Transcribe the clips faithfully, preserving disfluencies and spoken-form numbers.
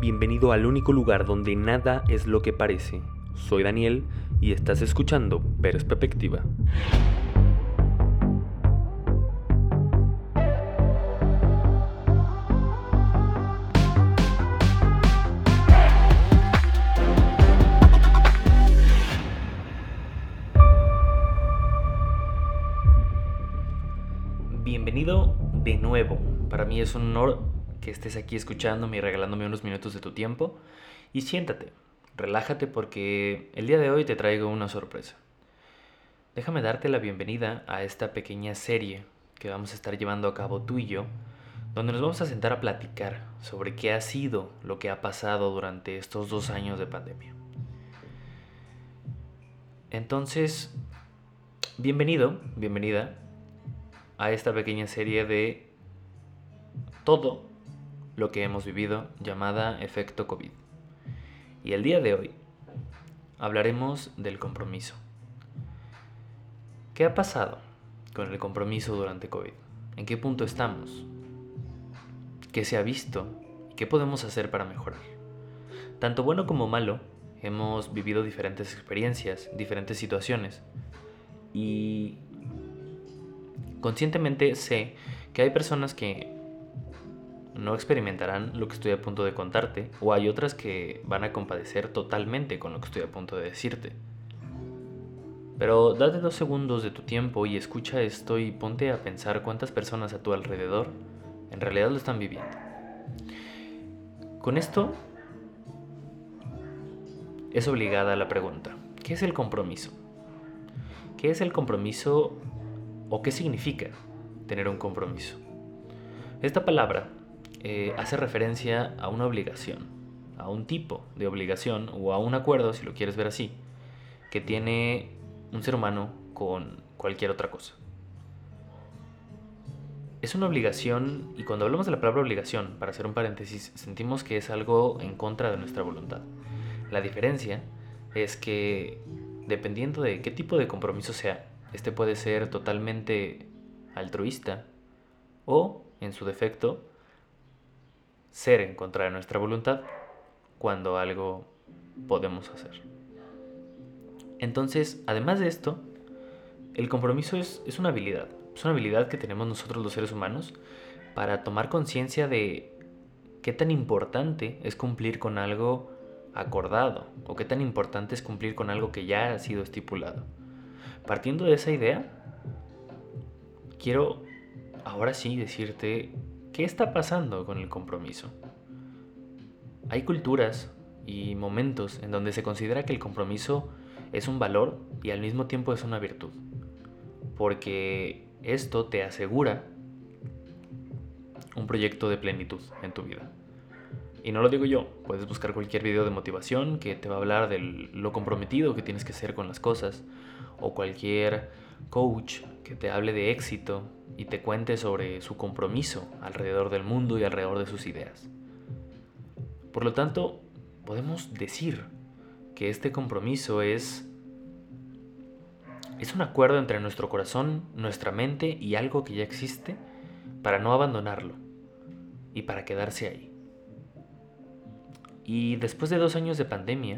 Bienvenido al único lugar donde nada es lo que parece. Soy Daniel y estás escuchando Perspectiva. Bienvenido de nuevo. Para mí es un honor que estés aquí escuchándome y regalándome unos minutos de tu tiempo. Y siéntate, relájate porque el día de hoy te traigo una sorpresa. Déjame darte la bienvenida a esta pequeña serie que vamos a estar llevando a cabo tú y yo, donde nos vamos a sentar a platicar sobre qué ha sido lo que ha pasado durante estos dos años de pandemia. Entonces, bienvenido, bienvenida a esta pequeña serie de todo lo que hemos vivido llamada efecto COVID. Y el día de hoy hablaremos del compromiso. ¿Qué ha pasado con el compromiso durante COVID? ¿En qué punto estamos? ¿Qué se ha visto? ¿Y qué podemos hacer para mejorar? Tanto bueno como malo, hemos vivido diferentes experiencias, diferentes situaciones. Y conscientemente sé que hay personas que no experimentarán lo que estoy a punto de contarte, o hay otras que van a compadecer totalmente con lo que estoy a punto de decirte. Pero date dos segundos de tu tiempo y escucha esto y ponte a pensar cuántas personas a tu alrededor en realidad lo están viviendo. Con esto es obligada la pregunta: ¿qué es el compromiso? ¿Qué es el compromiso o qué significa tener un compromiso? Esta palabra eh, hace referencia a una obligación, a un tipo de obligación o a un acuerdo, si lo quieres ver así, que tiene un ser humano con cualquier otra cosa. Es una obligación, y cuando hablamos de la palabra obligación, para hacer un paréntesis, sentimos que es algo en contra de nuestra voluntad. La diferencia es que, dependiendo de qué tipo de compromiso sea, este puede ser totalmente altruista o, en su defecto, ser en contra de nuestra voluntad cuando algo podemos hacer. Entonces, además de esto, el compromiso es, es una habilidad. Es una habilidad que tenemos nosotros los seres humanos para tomar conciencia de qué tan importante es cumplir con algo acordado o qué tan importante es cumplir con algo que ya ha sido estipulado. Partiendo de esa idea, quiero ahora sí decirte qué está pasando con el compromiso. Hay culturas y momentos en donde se considera que el compromiso es un valor y al mismo tiempo es una virtud, porque esto te asegura un proyecto de plenitud en tu vida. Y no lo digo yo, puedes buscar cualquier video de motivación que te va a hablar de lo comprometido que tienes que ser con las cosas, o cualquier coach que te hable de éxito y te cuente sobre su compromiso alrededor del mundo y alrededor de sus ideas. Por lo tanto, podemos decir que este compromiso es, es un acuerdo entre nuestro corazón, nuestra mente y algo que ya existe para no abandonarlo y para quedarse ahí. Y después de dos años de pandemia,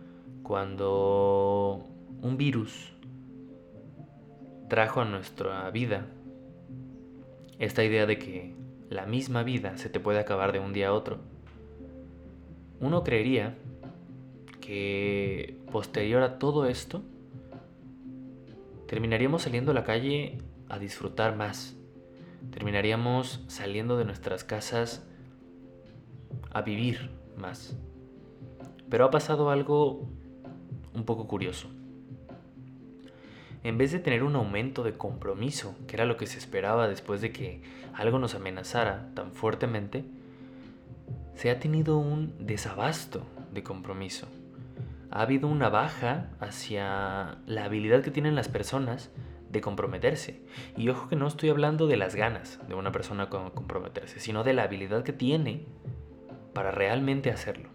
cuando un virus trajo a nuestra vida esta idea de que la misma vida se te puede acabar de un día a otro, uno creería que posterior a todo esto terminaríamos saliendo a la calle a disfrutar más, terminaríamos saliendo de nuestras casas a vivir más. Pero ha pasado algo un poco curioso. En vez de tener un aumento de compromiso, que era lo que se esperaba después de que algo nos amenazara tan fuertemente, se ha tenido un desabasto de compromiso. Ha habido una baja hacia la habilidad que tienen las personas de comprometerse. Y ojo que no estoy hablando de las ganas de una persona con comprometerse, sino de la habilidad que tiene para realmente hacerlo.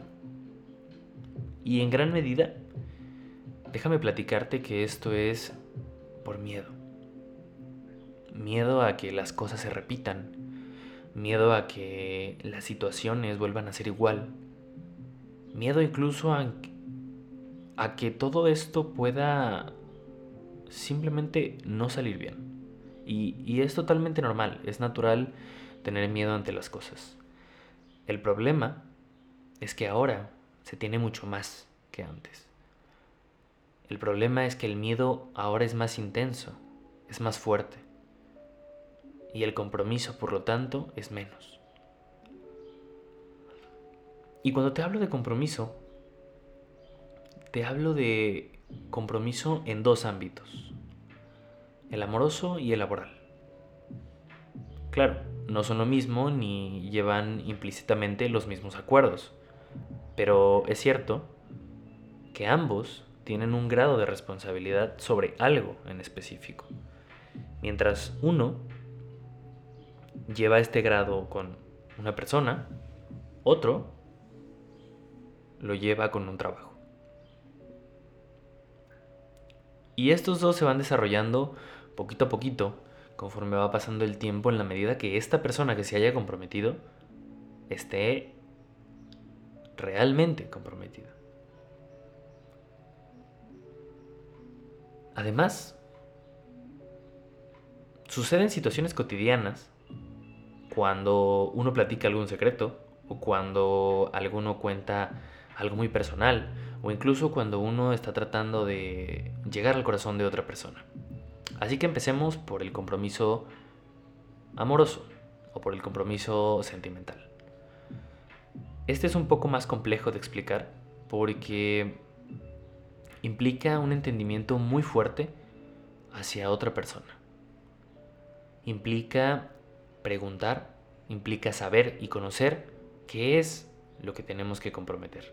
Y en gran medida, déjame platicarte que esto es por miedo. Miedo a que las cosas se repitan. miedo a que las situaciones vuelvan a ser igual, miedo incluso a, a que todo esto pueda simplemente no salir bien. Y, y es totalmente normal, es natural tener miedo ante las cosas. El problema es que ahora se tiene mucho más que antes. El problema es que el miedo ahora es más intenso, es más fuerte. Y el compromiso, por lo tanto, es menos. Y cuando te hablo de compromiso, te hablo de compromiso en dos ámbitos: el amoroso y el laboral. Claro, no son lo mismo ni llevan implícitamente los mismos acuerdos, pero es cierto que ambos tienen un grado de responsabilidad sobre algo en específico. Mientras uno lleva este grado con una persona, otro lo lleva con un trabajo. Y estos dos se van desarrollando poquito a poquito conforme va pasando el tiempo, en la medida que esta persona que se haya comprometido esté realmente comprometida. Además, suceden situaciones cotidianas cuando uno platica algún secreto, o cuando alguno cuenta algo muy personal, o incluso cuando uno está tratando de llegar al corazón de otra persona. Así que empecemos por el compromiso amoroso o por el compromiso sentimental. Este es un poco más complejo de explicar porque implica un entendimiento muy fuerte hacia otra persona. Implica preguntar, implica saber y conocer qué es lo que tenemos que comprometer.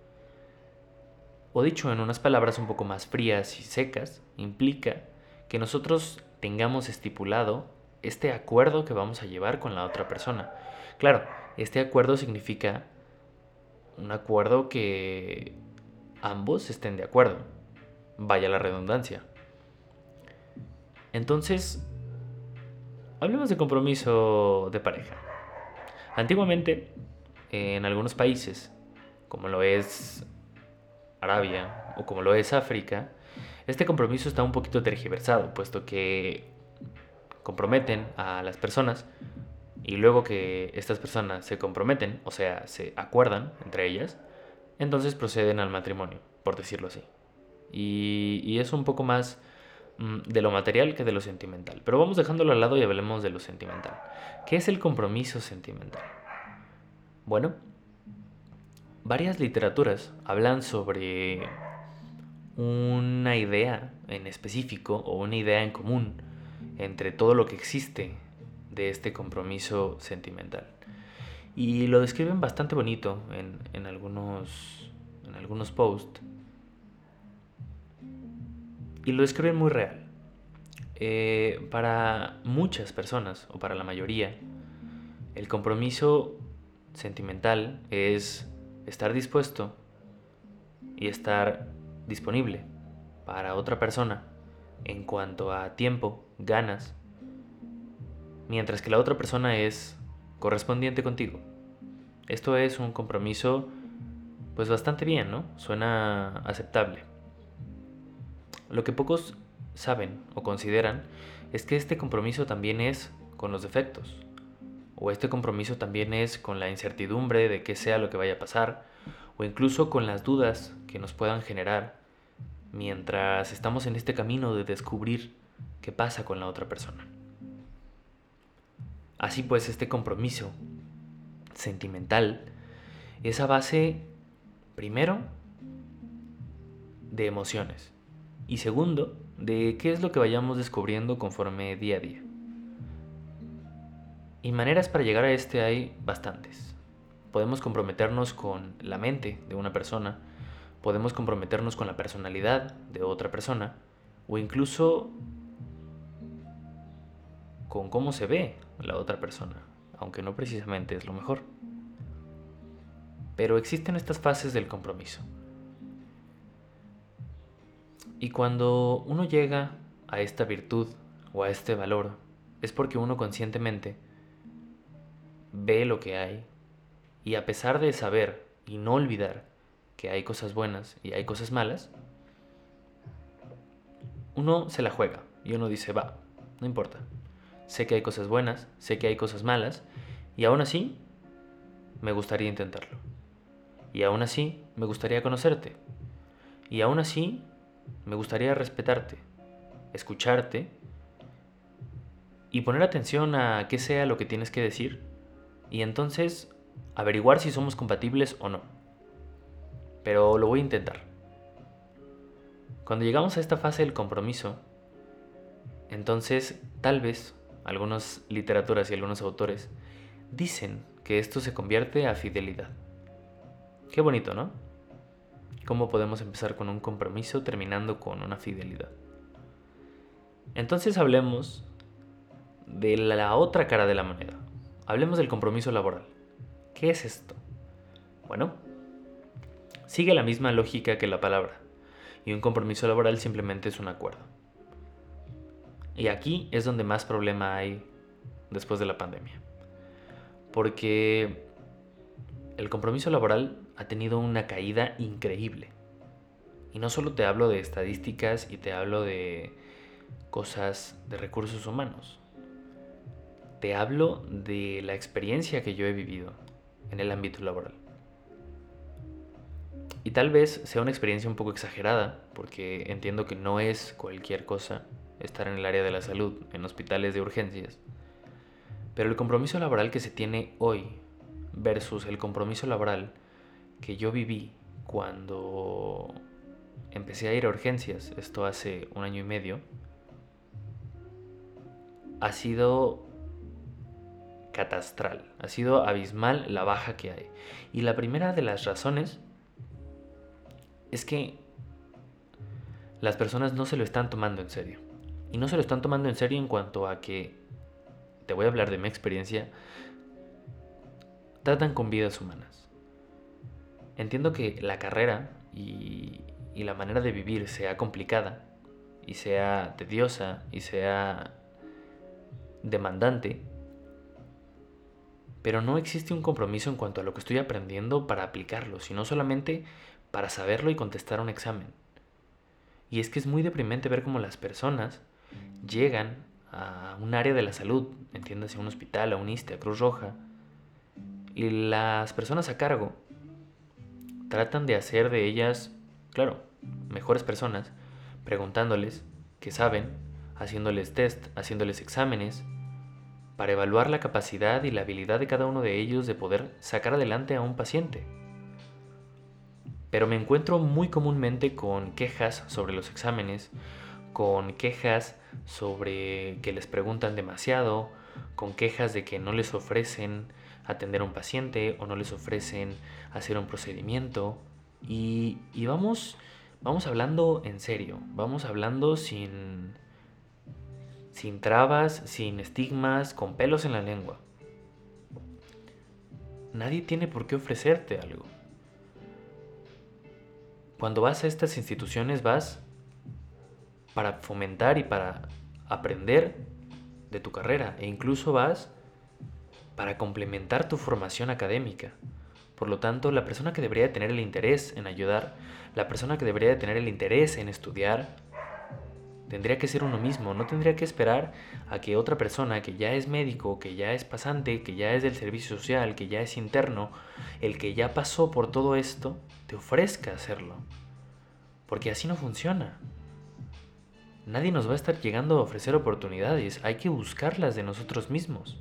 O dicho en unas palabras un poco más frías y secas, implica que nosotros tengamos estipulado este acuerdo que vamos a llevar con la otra persona. Claro, este acuerdo significa un acuerdo que ambos estén de acuerdo. Vaya la redundancia. Entonces, hablemos de compromiso de pareja. Antiguamente, en algunos países, como lo es Arabia o como lo es África, este compromiso está un poquito tergiversado, puesto que comprometen a las personas y luego que estas personas se comprometen, o sea, se acuerdan entre ellas, entonces proceden al matrimonio, por decirlo así. Y, y es un poco más mm, de lo material que de lo sentimental. Pero vamos dejándolo al lado y hablemos de lo sentimental. ¿Qué es el compromiso sentimental? Bueno, varias literaturas hablan sobre una idea en específico o una idea en común entre todo lo que existe de este compromiso sentimental. Y lo describen bastante bonito en, en, algunos, en algunos posts. Y lo describen muy real. Eh, para muchas personas, o para la mayoría, el compromiso sentimental es estar dispuesto y estar disponible para otra persona en cuanto a tiempo, ganas, mientras que la otra persona es correspondiente contigo. Esto es un compromiso pues bastante bien, ¿no? Suena aceptable. Lo que pocos saben o consideran es que este compromiso también es con los defectos, o este compromiso también es con la incertidumbre de qué sea lo que vaya a pasar, o incluso con las dudas que nos puedan generar mientras estamos en este camino de descubrir qué pasa con la otra persona. Así pues, este compromiso sentimental es a base, primero, de emociones, y segundo, de qué es lo que vayamos descubriendo conforme día a día. Y maneras para llegar a este hay bastantes. Podemos comprometernos con la mente de una persona, podemos comprometernos con la personalidad de otra persona, o incluso con cómo se ve la otra persona, aunque no precisamente es lo mejor. Pero existen estas fases del compromiso. Y cuando uno llega a esta virtud o a este valor, es porque uno conscientemente ve lo que hay y a pesar de saber y no olvidar que hay cosas buenas y hay cosas malas, uno se la juega y uno dice, va, no importa. Sé que hay cosas buenas, sé que hay cosas malas y aún así me gustaría intentarlo. Y aún así me gustaría conocerte. Y aún así me gustaría respetarte, escucharte y poner atención a qué sea lo que tienes que decir y entonces averiguar si somos compatibles o no. Pero lo voy a intentar. Cuando llegamos a esta fase del compromiso, entonces tal vez algunas literaturas y algunos autores dicen que esto se convierte a fidelidad. Qué bonito, ¿no? ¿Cómo podemos empezar con un compromiso terminando con una fidelidad? Entonces hablemos de la otra cara de la moneda. Hablemos del compromiso laboral. ¿Qué es esto? Bueno, sigue la misma lógica que la palabra, y un compromiso laboral simplemente es un acuerdo. Y aquí es donde más problema hay después de la pandemia. Porque el compromiso laboral ha tenido una caída increíble. Y no solo te hablo de estadísticas y te hablo de cosas de recursos humanos. Te hablo de la experiencia que yo he vivido en el ámbito laboral. Y tal vez sea una experiencia un poco exagerada, porque entiendo que no es cualquier cosa estar en el área de la salud, en hospitales de urgencias. Pero el compromiso laboral que se tiene hoy versus el compromiso laboral que yo viví cuando empecé a ir a urgencias, esto hace un año y medio, ha sido catastral, ha sido abismal la baja que hay. Y la primera de las razones es que las personas no se lo están tomando en serio. Y no se lo están tomando en serio en cuanto a que, te voy a hablar de mi experiencia, tratan con vidas humanas. Entiendo que la carrera y, y la manera de vivir sea complicada, y sea tediosa, y sea demandante, pero no existe un compromiso en cuanto a lo que estoy aprendiendo para aplicarlo, sino solamente para saberlo y contestar un examen. Y es que es muy deprimente ver cómo las personas llegan a un área de la salud, entiéndase a un hospital, a un ISSSTE, a Cruz Roja, y las personas a cargo tratan de hacer de ellas, claro, mejores personas, preguntándoles qué saben, haciéndoles test, haciéndoles exámenes, para evaluar la capacidad y la habilidad de cada uno de ellos de poder sacar adelante a un paciente. Pero me encuentro muy comúnmente con quejas sobre los exámenes, con quejas sobre que les preguntan demasiado, con quejas de que no les ofrecen atender a un paciente o no les ofrecen hacer un procedimiento. Y, y vamos, vamos hablando en serio, vamos hablando sin, sin trabas, sin estigmas, con pelos en la lengua. Nadie tiene por qué ofrecerte algo. Cuando vas a estas instituciones vas para fomentar y para aprender de tu carrera e incluso vas para complementar tu formación académica. Por lo tanto, la persona que debería tener el interés en ayudar, la persona que debería tener el interés en estudiar, tendría que ser uno mismo, no tendría que esperar a que otra persona que ya es médico, que ya es pasante, que ya es del servicio social, que ya es interno, el que ya pasó por todo esto, te ofrezca hacerlo. Porque así no funciona. Nadie nos va a estar llegando a ofrecer oportunidades, hay que buscarlas de nosotros mismos.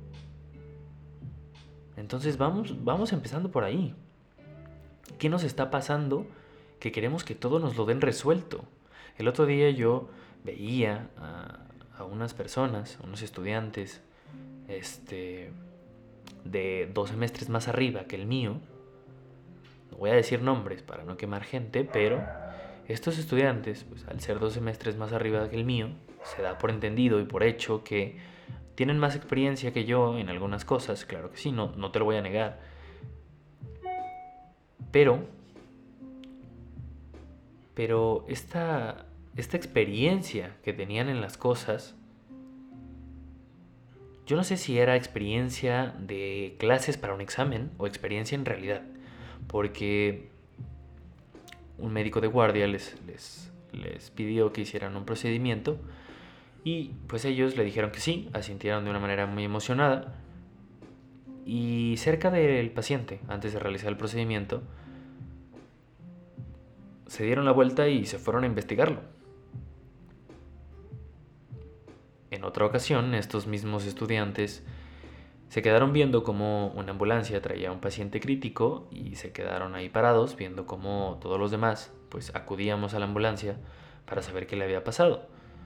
Entonces vamos, vamos empezando por ahí. ¿Qué nos está pasando que queremos que todo nos lo den resuelto? El otro día yo veía a, a unas personas, a unos estudiantes este, de dos semestres más arriba que el mío. No voy a decir nombres para no quemar gente, pero estos estudiantes, pues, al ser dos semestres más arriba que el mío, se da por entendido y por hecho que tienen más experiencia que yo en algunas cosas, claro que sí, no, no te lo voy a negar. Pero, pero esta, esta experiencia que tenían en las cosas, Yo no sé si era experiencia de clases para un examen o experiencia en realidad, porque un médico de guardia les, les, les pidió que hicieran un procedimiento y pues ellos le dijeron que sí, asintieron de una manera muy emocionada. Y cerca del paciente, antes de realizar el procedimiento, se dieron la vuelta y se fueron a investigarlo. En otra ocasión, estos mismos estudiantes se quedaron viendo cómo una ambulancia traía a un paciente crítico y se quedaron ahí parados viendo cómo todos los demás pues acudíamos a la ambulancia para saber qué le había pasado.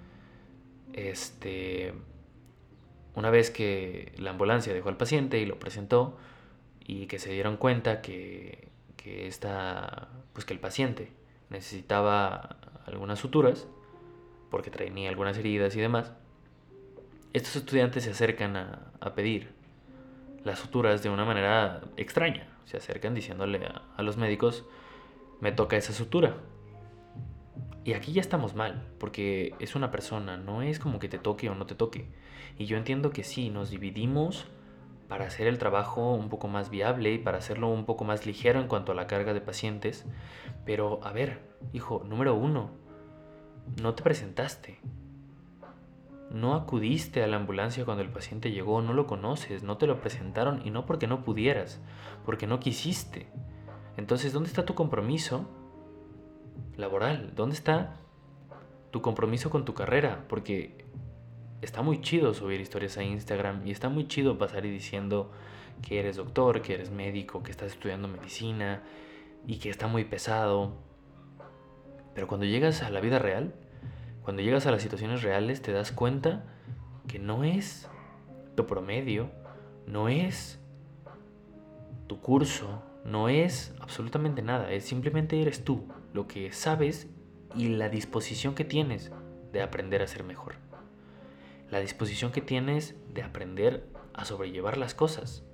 Este, una vez que la ambulancia dejó al paciente y lo presentó y que se dieron cuenta que, que, esta, pues que el paciente necesitaba algunas suturas porque tenía algunas heridas y demás, estos estudiantes se acercan a, a pedir las suturas de una manera extraña. Se acercan diciéndole a, a los médicos, me toca esa sutura. Y aquí ya estamos mal, porque es una persona, no es como que te toque o no te toque. Y yo entiendo que sí, nos dividimos para hacer el trabajo un poco más viable y para hacerlo un poco más ligero en cuanto a la carga de pacientes. Pero, a ver, hijo, número uno, no te presentaste. No acudiste a la ambulancia cuando el paciente llegó, no lo conoces, no te lo presentaron y no porque no pudieras, porque no quisiste. Entonces, ¿dónde está tu compromiso laboral? ¿Dónde está tu compromiso con tu carrera? Porque está muy chido subir historias a Instagram y está muy chido pasar y diciendo que eres doctor, que eres médico, que estás estudiando medicina y que está muy pesado. Pero cuando llegas a la vida real, cuando llegas a las situaciones reales, te das cuenta que no es tu promedio, no es tu curso, no es absolutamente nada, es simplemente eres tú, lo que sabes y la disposición que tienes de aprender a ser mejor. La disposición que tienes de aprender a sobrellevar las cosas.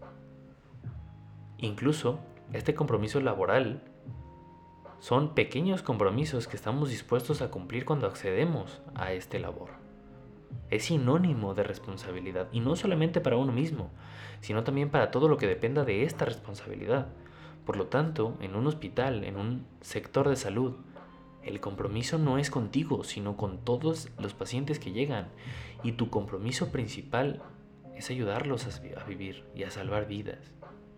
Incluso este compromiso laboral son pequeños compromisos que estamos dispuestos a cumplir cuando accedemos a este labor. Es sinónimo de responsabilidad, y no solamente para uno mismo, sino también para todo lo que dependa de esta responsabilidad. Por lo tanto, en un hospital, en un sector de salud, el compromiso no es contigo, sino con todos los pacientes que llegan, y tu compromiso principal es ayudarlos a vivir y a salvar vidas.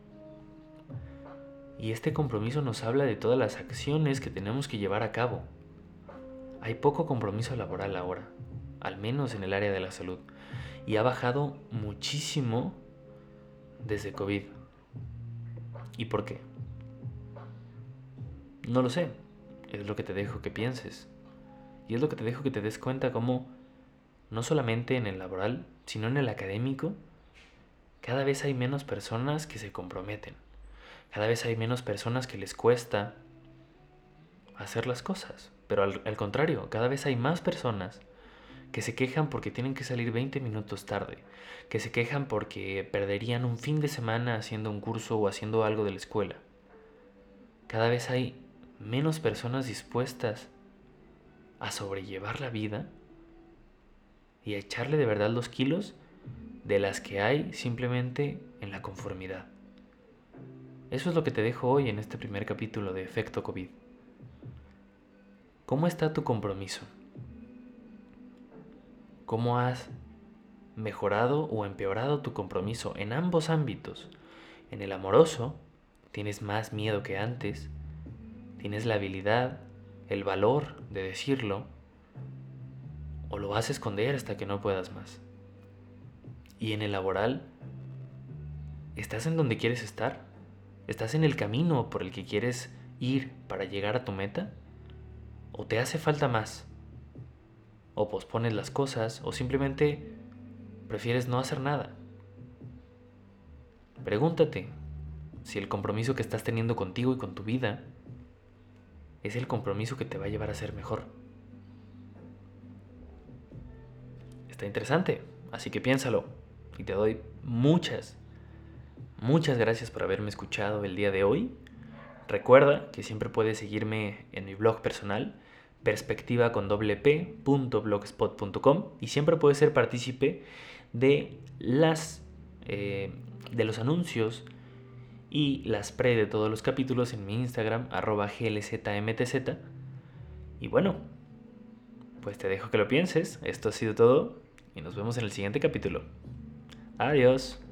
Y este compromiso nos habla de todas las acciones que tenemos que llevar a cabo. Hay poco compromiso laboral ahora, al menos en el área de la salud, y ha bajado muchísimo desde COVID. ¿Y por qué? No lo sé, es lo que te dejo que pienses. Y es lo que te dejo que te des cuenta cómo, no solamente en el laboral, sino en el académico, cada vez hay menos personas que se comprometen. Cada vez hay menos personas que les cuesta hacer las cosas. Pero al, al contrario, cada vez hay más personas que se quejan porque tienen que salir veinte minutos tarde, que se quejan porque perderían un fin de semana haciendo un curso o haciendo algo de la escuela. Cada vez hay menos personas dispuestas a sobrellevar la vida y a echarle de verdad los kilos de las que hay simplemente en la conformidad. Eso es lo que te dejo hoy en este primer capítulo de Efecto COVID. ¿Cómo está tu compromiso? ¿Cómo has mejorado o empeorado tu compromiso en ambos ámbitos? En el amoroso, tienes más miedo que antes, tienes la habilidad, el valor de decirlo, o lo vas a esconder hasta que no puedas más. Y en el laboral, ¿estás en donde quieres estar? ¿Estás en el camino por el que quieres ir para llegar a tu meta? ¿O te hace falta más? ¿O pospones las cosas? ¿O simplemente prefieres no hacer nada? Pregúntate si el compromiso que estás teniendo contigo y con tu vida es el compromiso que te va a llevar a ser mejor. Está interesante, así que piénsalo. Y te doy muchas Muchas gracias por haberme escuchado el día de hoy. Recuerda que siempre puedes seguirme en mi blog personal, perspectiva con doble p punto blogspot punto com, y siempre puedes ser partícipe de las eh, de los anuncios y las pre de todos los capítulos en mi Instagram, arroba glzmtz. Y bueno, pues te dejo que lo pienses. Esto ha sido todo y nos vemos en el siguiente capítulo. Adiós.